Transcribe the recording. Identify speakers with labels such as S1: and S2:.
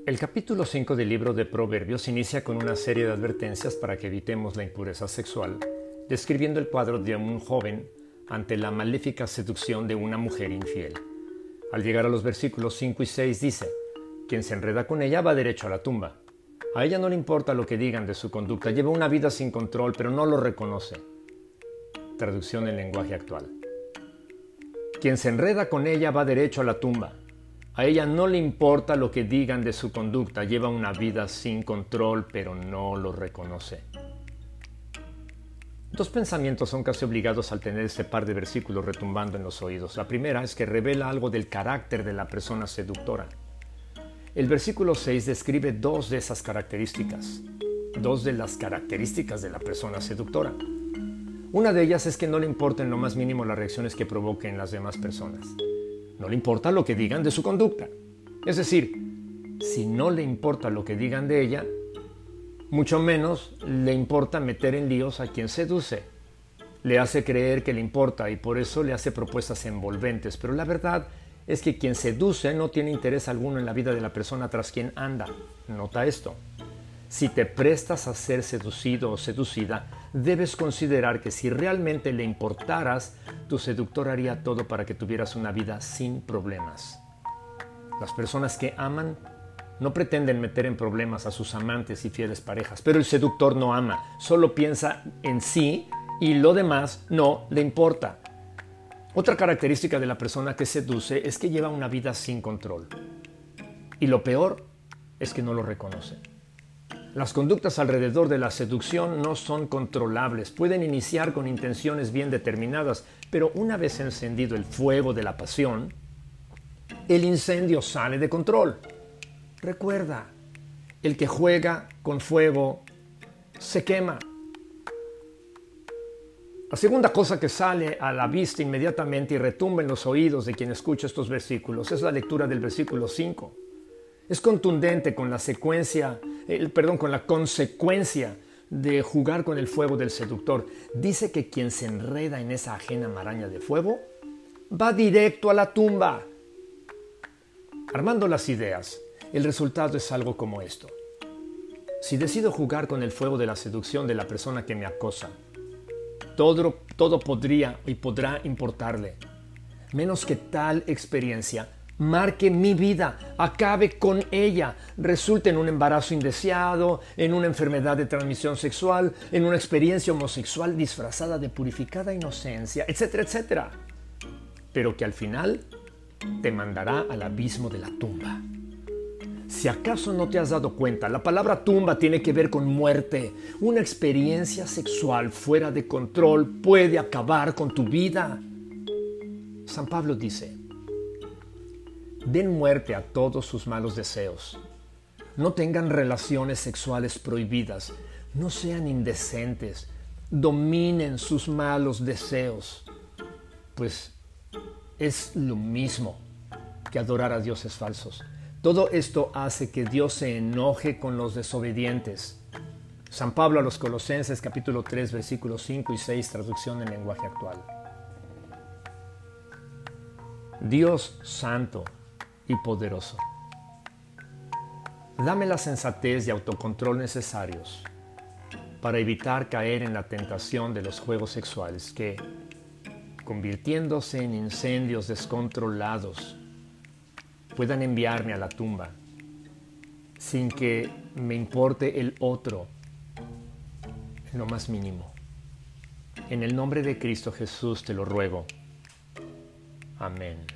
S1: El capítulo 5 del libro de Proverbios inicia con una serie de advertencias para que evitemos la impureza sexual, describiendo el cuadro de un joven ante la maléfica seducción de una mujer infiel. Al llegar a los versículos 5 y 6 dice: quien se enreda con ella va derecho a la tumba. A ella no le importa lo que digan de su conducta, lleva una vida sin control, pero no lo reconoce. Traducción en lenguaje actual. Quien se enreda con ella va derecho a la tumba. A ella no le importa lo que digan de su conducta, lleva una vida sin control, pero no lo reconoce. Dos pensamientos son casi obligados al tener este par de versículos retumbando en los oídos. La primera es que revela algo del carácter de la persona seductora. El versículo 6 describe dos de esas características, dos de las características de la persona seductora. Una de ellas es que no le importa en lo más mínimo las reacciones que provoque en las demás personas. No le importa lo que digan de su conducta. Es decir, si no le importa lo que digan de ella, mucho menos le importa meter en líos a quien seduce. Le hace creer que le importa y por eso le hace propuestas envolventes. Pero la verdad es que quien seduce no tiene interés alguno en la vida de la persona tras quien anda. Nota esto. Si te prestas a ser seducido o seducida, debes considerar que si realmente le importaras, tu seductor haría todo para que tuvieras una vida sin problemas. Las personas que aman no pretenden meter en problemas a sus amantes y fieles parejas, pero el seductor no ama, solo piensa en sí y lo demás no le importa. Otra característica de la persona que seduce es que lleva una vida sin control. Y lo peor es que no lo reconoce. Las conductas alrededor de la seducción no son controlables. Pueden iniciar con intenciones bien determinadas, pero una vez encendido el fuego de la pasión, el incendio sale de control. Recuerda, el que juega con fuego se quema. La segunda cosa que sale a la vista inmediatamente y retumba en los oídos de quien escucha estos versículos es la lectura del versículo 5. Es contundente con la consecuencia de jugar con el fuego del seductor. Dice que quien se enreda en esa ajena maraña de fuego va directo a la tumba. Armando las ideas, el resultado es algo como esto. Si decido jugar con el fuego de la seducción de la persona que me acosa, todo podría y podrá importarle, menos que tal experiencia marque mi vida, acabe con ella, resulte en un embarazo indeseado, en una enfermedad de transmisión sexual, en una experiencia homosexual disfrazada de purificada inocencia, etcétera, etcétera. Pero que al final te mandará al abismo de la tumba. Si acaso no te has dado cuenta, la palabra tumba tiene que ver con muerte. Una experiencia sexual fuera de control puede acabar con tu vida. San Pablo dice: den muerte a todos sus malos deseos. No tengan relaciones sexuales prohibidas. No sean indecentes. Dominen sus malos deseos. Pues es lo mismo que adorar a dioses falsos. Todo esto hace que Dios se enoje con los desobedientes. San Pablo a los Colosenses, capítulo 3, versículos 5 y 6, traducción en lenguaje actual. Dios santo y poderoso, dame la sensatez y autocontrol necesarios para evitar caer en la tentación de los juegos sexuales que, convirtiéndose en incendios descontrolados, puedan enviarme a la tumba sin que me importe el otro en lo más mínimo. En el nombre de Cristo Jesús te lo ruego. Amén.